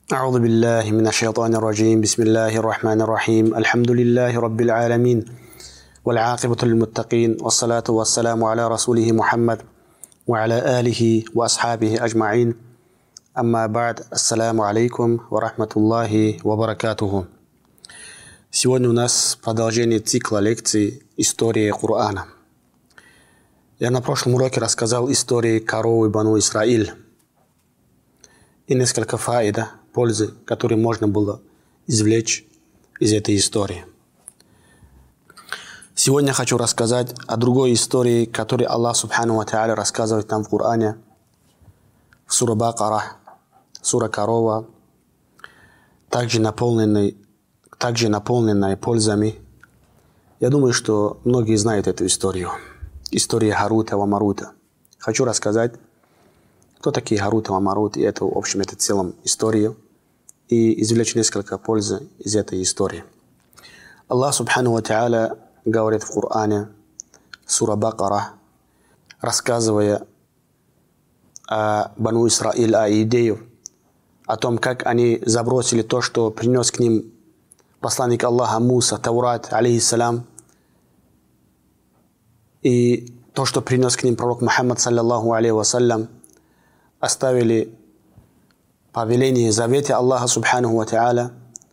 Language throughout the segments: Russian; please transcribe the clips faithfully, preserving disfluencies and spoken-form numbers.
أعوذ بالله من الشيطان الرجيم بسم الله الرحمن الرحيم الحمد لله رب العالمين والعاقبة للمتقين والصلاة والسلام على رسوله محمد وعلى آله وأصحابه أجمعين أما بعد السلام عليكم ورحمة الله وبركاته. Сегодня у нас продолжение цикла лекций «История Корана». Я на прошлом уроке рассказал истории коровы Бану Исраиль и несколько фаида, пользы, которые можно было извлечь из этой истории. Сегодня хочу рассказать о другой истории, которую Аллах Субхану ва Тааля рассказывает нам в Коране, в сура Бакара, сура Корова, также наполненной, также наполненной пользами. Я думаю, что многие знают эту историю. История Харута и Марута. Хочу рассказать, кто такие Харут и Марут, и это, в общем, это в целом историю, и извлечь несколько пользы из этой истории. Аллах Субхану ва Тааля говорит в Коране, сура Бакара, рассказывая о Бану Исраиль, о идею, о том, как они забросили то, что принес к ним посланник Аллаха Муса, Таурат, алейхиссалям, и то, что принес к ним пророк Мухаммад, саллаллаху алейхи вассалям, оставили повеление завете Аллаха Субхану ва Тааля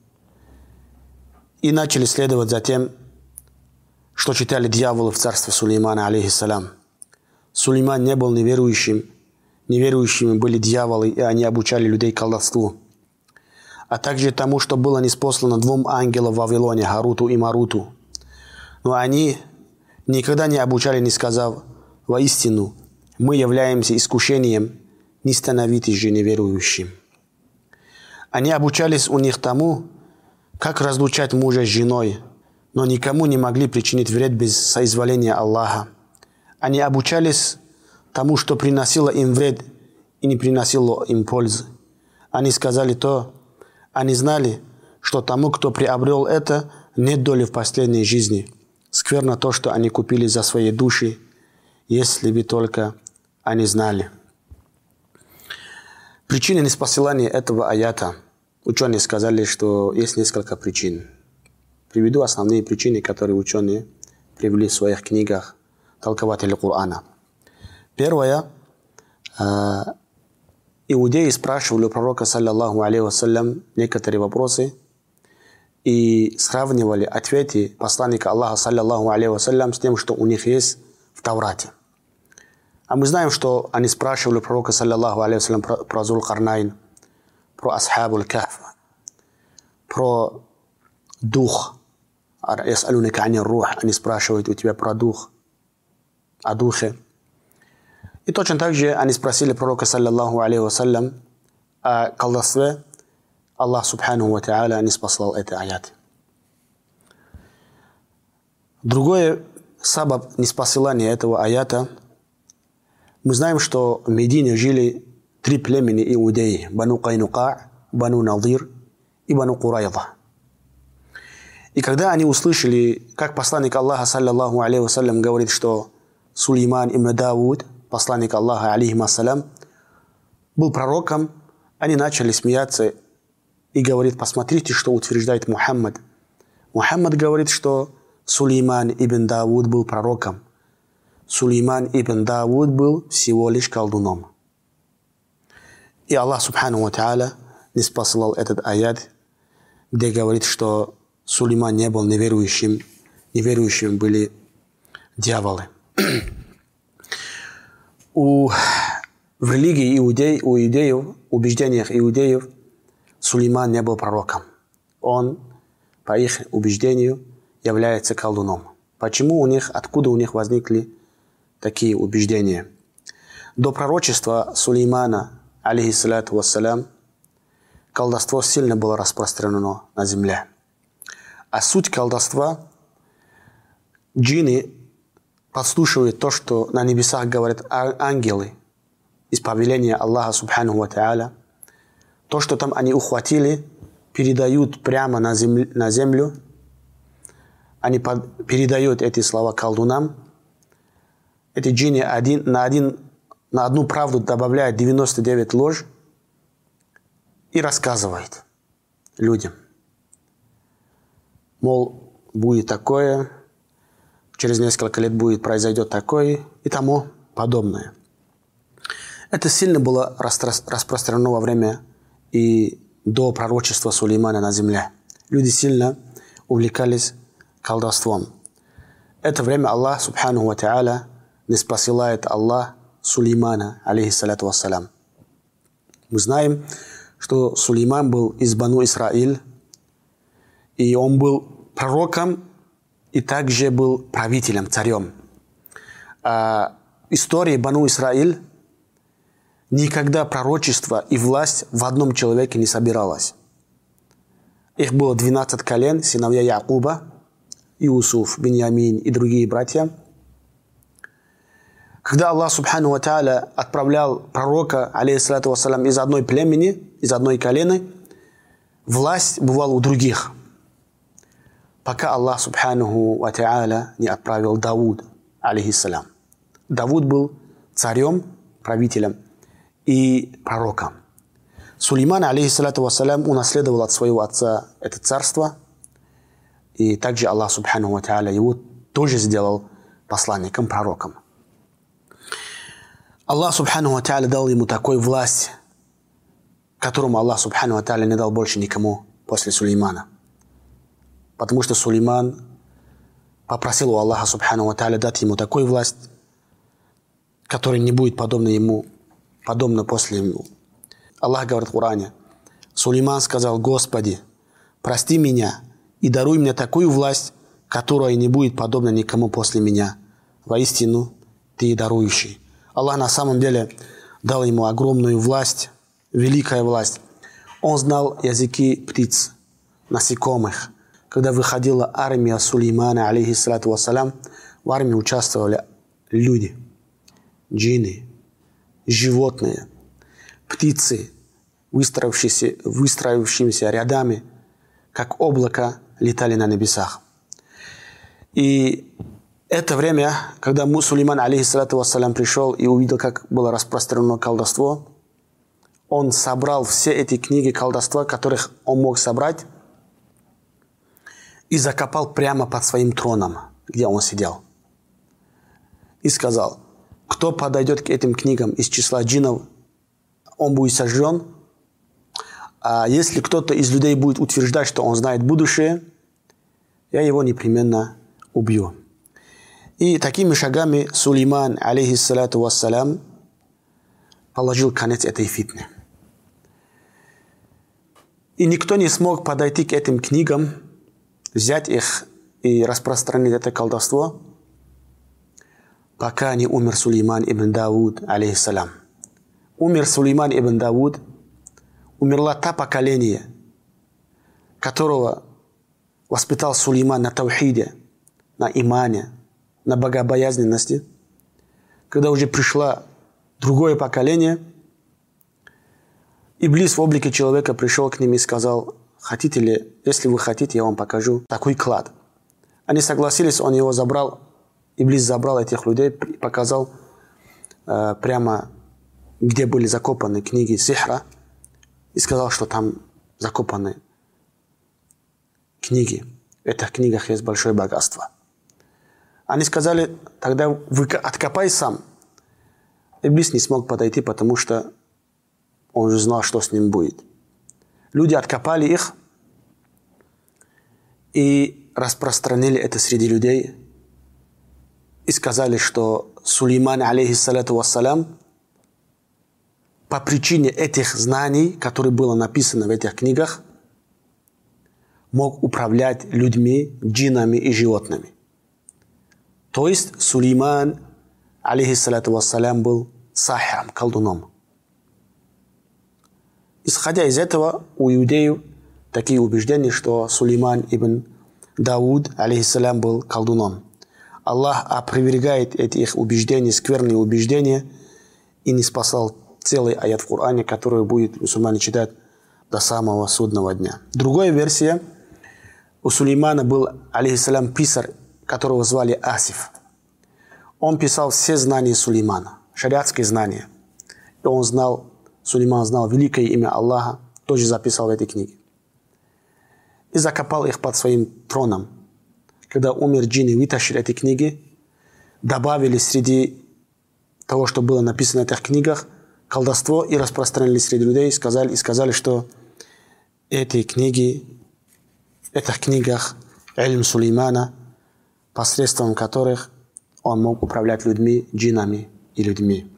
и начали следовать за тем, что читали дьяволы в царстве Сулеймана, алейхиссалям. Сулейман не был неверующим, неверующими были дьяволы, и они обучали людей колдовству, а также тому, что было ниспослано двум ангелам в Вавилоне, Харуту и Маруту. Но они никогда не обучали, не сказав: «Воистину, мы являемся искушением, не становитесь же неверующим». Они обучались у них тому, как разлучать мужа с женой, но никому не могли причинить вред без соизволения Аллаха. Они обучались тому, что приносило им вред и не приносило им пользы. Они сказали то, они знали, что тому, кто приобрел это, нет доли в последней жизни. Скверно то, что они купили за свои души, если бы только они знали. Причины неспосылания этого аята. Ученые сказали, что есть несколько причин. Приведу основные причины, которые ученые привели в своих книгах толкователи Корана. Первое. Иудеи спрашивали у пророка, саллаллаху алейхи вассалям, некоторые вопросы и сравнивали ответы посланника Аллаха, саллаллаху алейхи вассалям, с тем, что у них есть в Таврате. А мы знаем, что они спрашивали пророка, саллаллаху алейхи вассалям, про, про Зулкарнайн, про Асхабуль Кахф, про дух. Ясалуника ани рух, они спрашивают у тебя про дух, о духе. И точно так же они спросили пророка, саллаллаху алейхи вассалям, о колдовстве. Аллах Субхану ва Тааля не спаслал эти аяты. Другое сабаб неспосылания этого аята. Мы знаем, что в Медине жили три племени иудеи: Бану Кайнука, Бану Надир и Бану Курайда. И когда они услышали, как посланник Аллаха, саллаллаху алейхи вассалям, говорит, что Сулейман ибн Дауд, посланник Аллаха, алейхи ассалям, был пророком, они начали смеяться и говорит: посмотрите, что утверждает Мухаммад. Мухаммад говорит, что Сулейман ибн Дауд был пророком. Сулейман ибн Дауд был всего лишь колдуном. И Аллах Субхану ва Тааля не спасал этот аят, где говорит, что Сулейман не был неверующим, неверующими были дьяволы. у, в религии иудей, у иудеев, в убеждениях иудеев, Сулейман не был пророком. Он, по их убеждению, является колдуном. Почему у них, откуда у них возникли такие убеждения? До пророчества Сулеймана, алейхиссалату вассалям, колдовство сильно было распространено на земле. А суть колдовства — джинны подслушивают то, что на небесах говорят ангелы из повеления Аллаха Субхану ва Тааля. То, что там они ухватили, передают прямо на землю, на землю. Они под, передают эти слова колдунам. Эти джинны один, на, один, на одну правду добавляют девяносто девять ложь. и рассказывает людям. Мол, будет такое, через несколько лет будет, произойдет такое и тому подобное. Это сильно было распространено во время и до пророчества Сулеймана на земле. Люди сильно увлекались колдовством. Это время Аллах, субхану ва та'аля, не спасилает Аллах Сулеймана, алейхиссалату вассалям. Мы знаем, что Сулейман был из Бану Исраиль, и он был пророком, и также был правителем, царем. А история Бану Исраиль никогда пророчество и власть в одном человеке не собиралось. Их было двенадцать колен, сыновья Якуба, Иусуф, Беньямин и другие братья. Когда Аллах субхану ва та'аля отправлял пророка, алейхиссалату вассалям, из одной племени, из одной колены, власть бывала у других. Пока Аллах субхану ва та'аля не отправил Давуд, алейхиссалям. Давуд был царем, правителем и пророком. Сулейман, алейхиссалату вассалям, унаследовал от своего отца это царство, и также Аллах субхану ва та'аля его тоже сделал посланником, пророком. Аллах субхану ва та'аля дал ему такую власть, которому Аллах субхану ва та'аля не дал больше никому после Сулеймана. Потому что Сулейман попросил у Аллаха субхану ва та'аля дать ему такую власть, которая не будет подобна ему, подобна после него. Аллах говорит в Коране: Сулейман сказал: Господи, прости меня и даруй мне такую власть, которая не будет подобна никому после меня. Воистину, Ты дарующий. Аллах на самом деле дал ему огромную власть, великая власть. Он знал языки птиц, насекомых. Когда выходила армия Сулеймана, алейхиссалату вассалям, в армии участвовали люди, джинны, животные, птицы, выстроившиеся, выстроившимися рядами, как облако, летали на небесах. И это время, когда Сулейман, алейхиссалату вассалям, пришел и увидел, как было распространено колдовство, он собрал все эти книги колдовства, которых он мог собрать, и закопал прямо под своим троном, где он сидел. И сказал: кто подойдет к этим книгам из числа джиннов, он будет сожжен. А если кто-то из людей будет утверждать, что он знает будущее, я его непременно убью. И такими шагами Сулейман, алейхиссалату вассалям, положил конец этой фитне. И никто не смог подойти к этим книгам, взять их и распространить это колдовство, пока не умер Сулейман ибн Дауд, алейхиссалям. Умер Сулейман ибн Дауд, умерла та поколение, которого воспитал Сулейман на таухиде, на имане, на богобоязненности. Когда уже пришло другое поколение, Иблис в облике человека пришел к ним и сказал: хотите ли, если вы хотите, я вам покажу такой клад. Они согласились, он его забрал, Иблис забрал этих людей и показал э, прямо, где были закопаны книги сихра, и сказал, что там закопаны книги. В этих книгах есть большое богатство. Они сказали: тогда вы откопай сам. Иблис не смог подойти, потому что он уже знал, что с ним будет. Люди откопали их и распространили это среди людей. И сказали, что Сулейман, алейхиссалату вассалям, по причине этих знаний, которые было написано в этих книгах, мог управлять людьми, джиннами и животными. То есть Сулейман, алейхиссалату вассалям, был сахиром, колдуном. Исходя из этого, у иудеев такие убеждения, что Сулейман ибн Дауд, алейхиссалям, был колдуном. Аллах опровергает эти их убеждения, скверные убеждения, и не спасал целый аят в Коране, который будет мусульмане читать до самого судного дня. Другая версия: у Сулеймана был, алейхиссалям, писарь, которого звали Асиф. Он писал все знания Сулеймана, шариатские знания. И он знал, Сулейман знал великое имя Аллаха, тоже записал в этой книге. И закопал их под своим троном. Когда умер джинни, вытащили эти книги, добавили среди того, что было написано в этих книгах, колдовство и распространили среди людей, и сказали, и сказали, что эти книги, в этих книгах Ильм Сулеймана, посредством которых он мог управлять людьми, джиннами и людьми.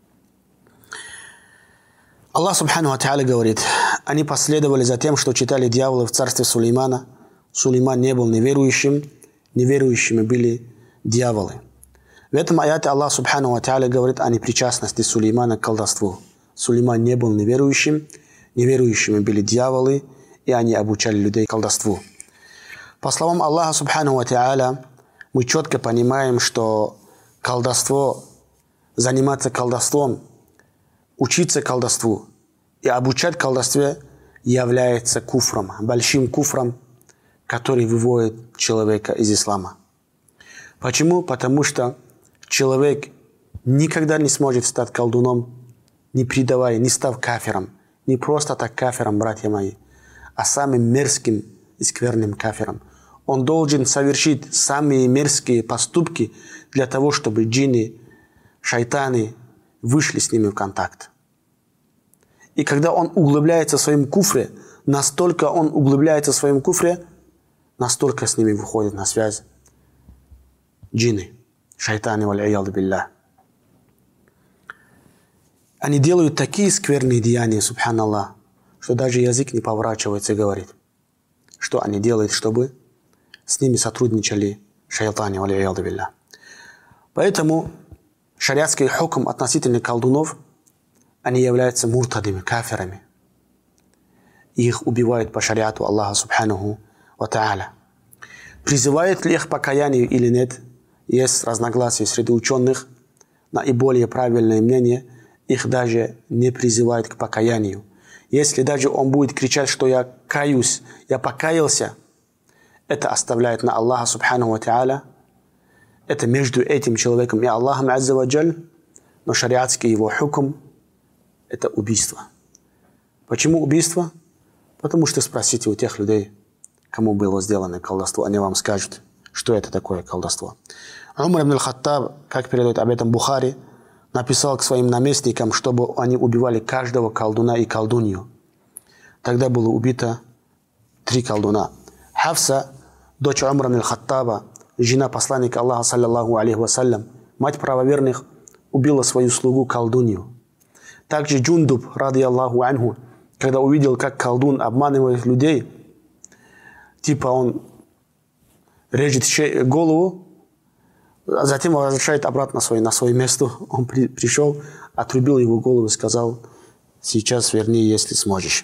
Аллах Субхану ва Тааля говорит: они последовали за тем, что читали дьяволы в царстве Сулеймана. Сулейман не был неверующим, неверующими были дьяволы. В этом аяте Аллах Субхану ва Тааля говорит о непричастности Сулеймана к колдовству. Сулейман не был неверующим, неверующими были дьяволы, и они обучали людей колдовству. По словам Аллаха Субхану ва Тааля, мы четко понимаем, что колдовство, заниматься колдовством, учиться колдовству и обучать колдовстве является куфром, большим куфром, который выводит человека из ислама. Почему? Потому что человек никогда не сможет стать колдуном, не предавая, не став кафиром. Не просто так кафиром, братья мои, а самым мерзким и скверным кафиром. Он должен совершить самые мерзкие поступки для того, чтобы джинны, шайтаны вышли с ними в контакт. И когда он углубляется в своем куфре, настолько он углубляется в своем куфре, настолько с ними выходит на связь джинны, шайтаны, валь-ияду билля. Они делают такие скверные деяния, субханаллах, что даже язык не поворачивается и говорит, что они делают, чтобы с ними сотрудничали шайтаны, валь-ияду билля. Поэтому шариатский хукм относительно колдунов, они являются муртадами, кафирами. Их убивают по шариату Аллаха Субханаху ва Тааля. Призывает ли их к покаянию или нет, есть разногласия среди ученых. Наиболее правильное мнение, их даже не призывает к покаянию. Если даже он будет кричать, что я каюсь, я покаялся, это оставляет на Аллаха Субханаху ва Тааля. Это между этим человеком и Аллахом Азза ва Джаль, но шариатский его хукм – это убийство. Почему убийство? Потому что спросите у тех людей, кому было сделано колдовство, они вам скажут, что это такое колдовство. Умар ибн аль-Хаттаб, как передает об этом Бухари, написал к своим наместникам, чтобы они убивали каждого колдуна и колдунью. Тогда было убито три колдуна. Хафса, дочь Умара ибн аль-Хаттаба, жена посланника Аллаха, саллаллаху алейхи вассалям, мать правоверных, убила свою слугу колдунью. Также Джундуб, ради Аллаху анху, когда увидел, как колдун обманывает людей, типа он режет голову, а затем возвращает обратно на свое, на свое место. Он при, пришел, отрубил его голову и сказал: сейчас верни, если сможешь.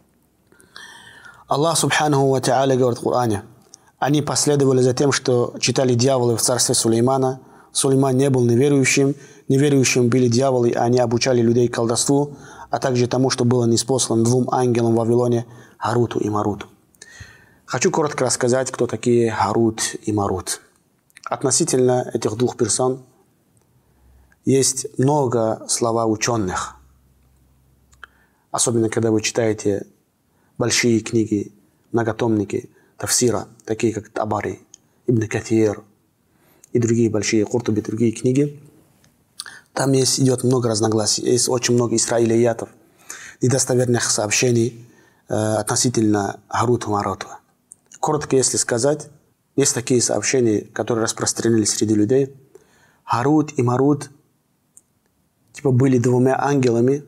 Аллах Субханаху ва Тааля говорит в Коране: они последовали за тем, что читали дьяволы в царстве Сулеймана. Сулейман не был неверующим, неверующим были дьяволы, и они обучали людей колдовству, а также тому, что было ниспослано двум ангелам в Вавилоне, Харуту и Маруту. Хочу коротко рассказать, кто такие Харут и Марут. Относительно этих двух персон есть много слова ученых. Особенно, когда вы читаете большие книги, многотомники тафсира, такие как Табари, Ибн Катир и другие большие, Куртуби, другие книги. Там есть, идет много разногласий, есть очень много исраилиятов, недостоверных сообщений э, относительно Харута и Марута. Коротко, если сказать, есть такие сообщения, которые распространились среди людей. Харут и Марут типа были двумя ангелами.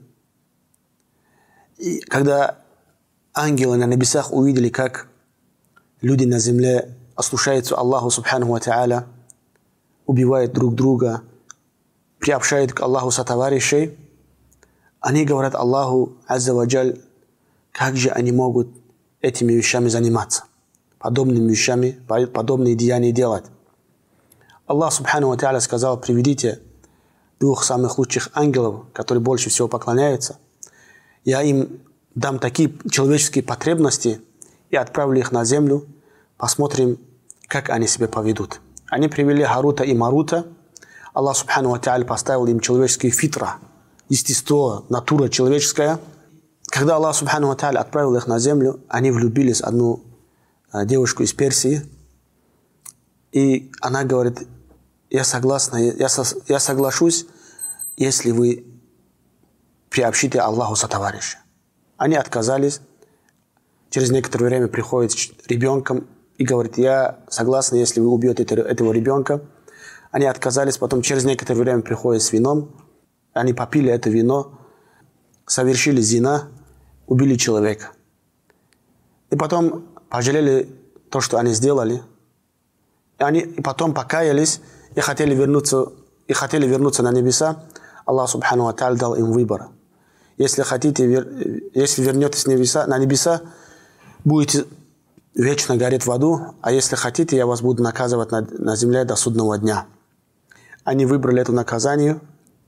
И когда ангелы на небесах увидели, как люди на земле ослушаются Аллаху Субханаху ва Тааля, убивают друг друга, приобщают к Аллаху сотоварищей, они говорят Аллаху Азза ва Джаль, как же они могут этими вещами заниматься, подобными вещами, подобные деяния делать. Аллах Субханаху ва Тааля сказал: приведите двух самых лучших ангелов, которые больше всего поклоняются. Я им дам такие человеческие потребности и отправлю их на землю, посмотрим, как они себя поведут. Они привели Харута и Марута. Аллах Субханаху ва Тааля поставил им человеческие фитра, естество, натура человеческая. когда Аллах Субхану ва Тааля отправил их на землю, они влюбились в одну девушку из Персии, и она говорит: я согласна, я, со, я соглашусь, если вы приобщите Аллаху сотоварища. Они отказались. Через некоторое время приходит ребенком и говорит: я согласна, если вы убьете этого ребенка. Они отказались. Потом через некоторое время приходит с вином. Они попили это вино, совершили зина, убили человека. И потом пожалели то, что они сделали. И они потом покаялись и хотели вернуться, и хотели вернуться на небеса. Аллах Субхану ва Тааля дал им выбор. Если хотите, если вернетесь на небеса, на небеса, будете вечно гореть в аду, а если хотите, я вас буду наказывать на, на земле до судного дня. Они выбрали это наказание,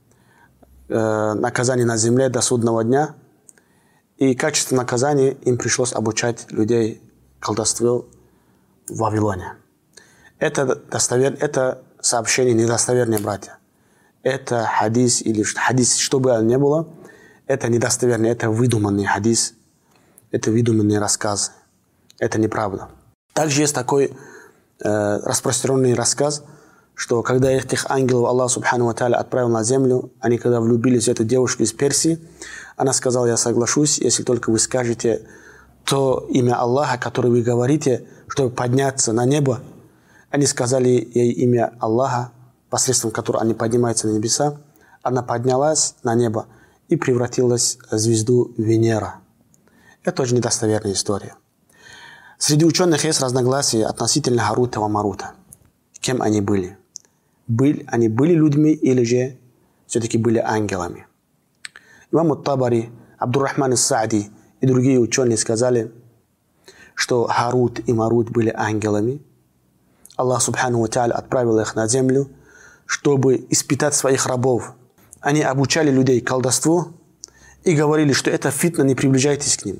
э, наказание на земле до судного дня, и в качестве наказания им пришлось обучать людей колдовству в Вавилоне. Это, достовер... это сообщение недостоверное, братья. Это хадис, или хадис, что бы оно ни было, это недостоверный, это выдуманный хадис, это выдуманный рассказ, это неправда. Также есть такой э, распространенный рассказ, что когда этих ангелов Аллах Субхану ва Тааля отправил на землю, они когда влюбились в эту девушку из Персии, она сказала: я соглашусь, если только вы скажете то имя Аллаха, которое вы говорите, чтобы подняться на небо. Они сказали ей имя Аллаха, посредством которого они поднимаются на небеса. Она поднялась на небо и превратилась в звезду Венера. Это очень недостоверная история. Среди ученых есть разногласия относительно Харута и Марута. Кем они были? Были они были людьми или же все-таки были ангелами? Имам ат-Табари, Абдуррахман ас-Саади и другие ученые сказали, что Харут и Марут были ангелами. Аллах Субхану ва Тааля отправил их на землю, чтобы испытать своих рабов. Они обучали людей колдовству и говорили, что это фитна, не приближайтесь к ним.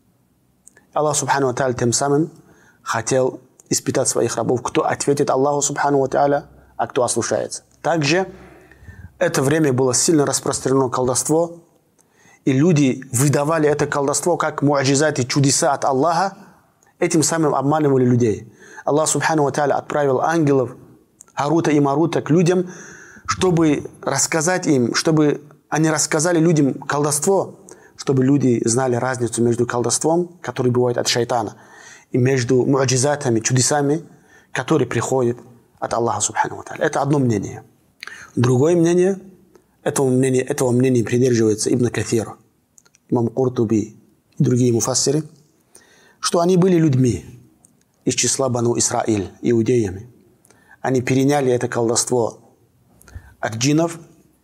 Аллах Субхану ва Тааля тем самым хотел испытать своих рабов, кто ответит Аллаху Субхану ва Тааля, а кто ослушается. Также это время было сильно распространено колдовство, и люди выдавали это колдовство как муаджизат и чудеса от Аллаха, этим самым обманывали людей. Аллах Субхану ва Тааля отправил ангелов Харута и Марута к людям, чтобы рассказать им, чтобы они рассказали людям колдовство, чтобы люди знали разницу между колдовством, который бывает от шайтана, и между муаджизатами, чудесами, которые приходят от Аллаха Субхану ва Тааля. Это одно мнение. Другое мнение, этого мнения, этого мнения придерживается Ибн Кафир, имам Куртуби и другие муфассиры, что они были людьми из числа Бану Исраиль, иудеями. Они переняли это колдовство от джиннов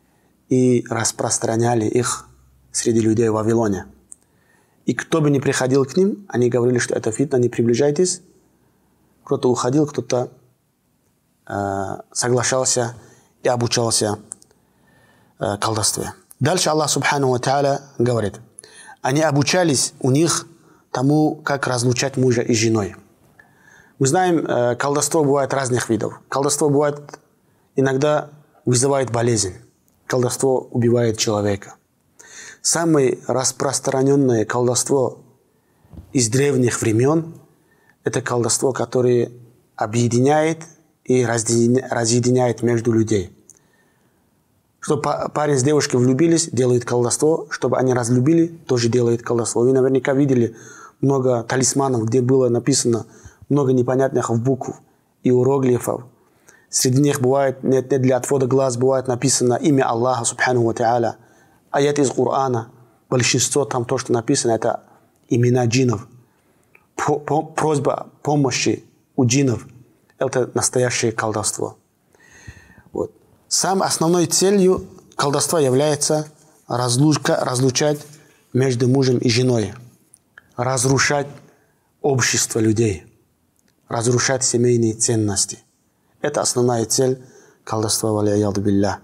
и распространяли их среди людей в Вавилоне. И кто бы ни приходил к ним, они говорили, что это фитна, не приближайтесь. Кто-то уходил, кто-то э, соглашался и обучался э, колдовству. Дальше Аллах Субхану ва Тааля говорит: они обучались у них тому, как разлучать мужа и женой. Мы знаем, э, колдовство бывает разных видов. Колдовство бывает иногда вызывает болезнь. Колдовство убивает человека. Самое распространенное колдовство из древних времен – это колдовство, которое объединяет и разъединяет между людей. Чтобы парень с девушкой влюбились, делают колдовство. Чтобы они разлюбили, тоже делают колдовство. Вы наверняка видели много талисманов, где было написано много непонятных букв и иероглифов. Среди них бывает, нет, нет, для отвода глаз бывает написано имя Аллаха Субхану ва Тааля. Аят из Корана. Большинство там то, что написано, это имена джиннов. Просьба помощи у джиннов. Это настоящее колдовство. Вот. Самой основной целью колдовства является разлучка, разлучать между мужем и женой. Разрушать общество людей. Разрушать семейные ценности. Это основная цель колдовства. Валияду билля.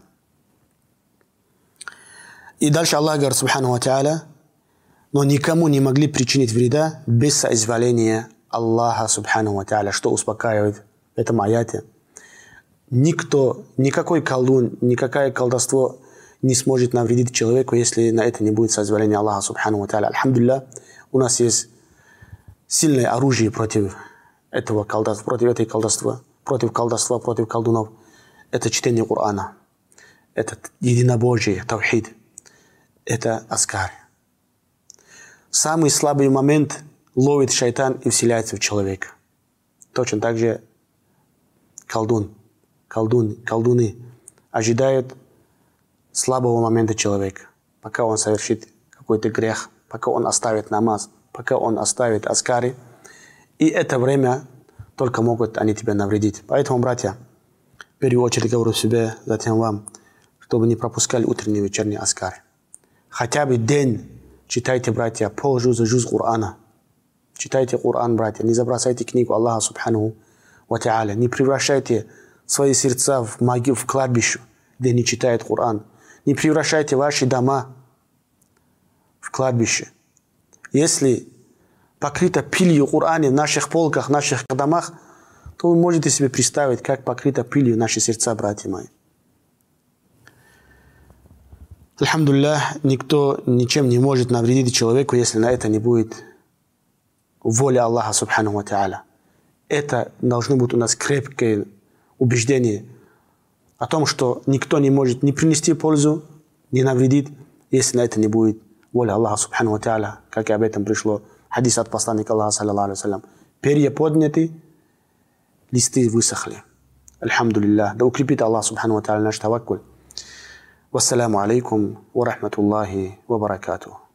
И дальше Аллах говорит, Субхану ва Тааля: но никому не могли причинить вреда без соизволения Аллаха Субхану ва Тааля, что успокаивает в этом аяте. Никто, никакой колдун, никакое колдовство не сможет навредить человеку, если на это не будет созволения Аллаха Субхану ва Тааля. Альхамдулилlah, у нас есть сильное оружие против этого колдовства, против этой колдовства, против колдовства, против колдунов. Это чтение Корана, это единобожие, тавхид, это аскар. Самый слабый момент ловит шайтан и вселяется в человека. Точно так же колдун, колдун, колдуны ожидают слабого момента человека, пока он совершит какой-то грех, пока он оставит намаз, пока он оставит аскари. И это время только могут они тебя навредить. Поэтому, братья, в первую очередь говорю себе, затем вам, чтобы не пропускали утренний и вечерний аскари. Хотя бы день читайте, братья, пол жуза жуз Корана. Читайте Коран, братья, не забросайте книгу Аллаха Субхану ва Тааля. Не превращайте свои сердца в могилу, в кладбище, где не читают Коран. Не превращайте ваши дома в кладбище. Если покрыто пылью Корана в наших полках, в наших домах, то вы можете себе представить, как покрыто пылью наши сердца, братья мои. Альхамдулиллах, никто ничем не может навредить человеку, если на это не будет воля Аллаха Субхану ва Тааля. Это должно быть у нас крепкое убеждение о том, что никто не может ни принести пользу, ни навредить, если на это не будет воля Аллаха Субхану ва Тааля, как и об этом пришло хадис от посланника Аллаха, саллаллаху алейхи ва саллям. Перья подняты, листы высохли. Альхамдулиллах. Да укрепит Аллах Субхану ва Тааля наш таваккуль. Вассаламу алейкум ва рахматуллахи ва баракатуху.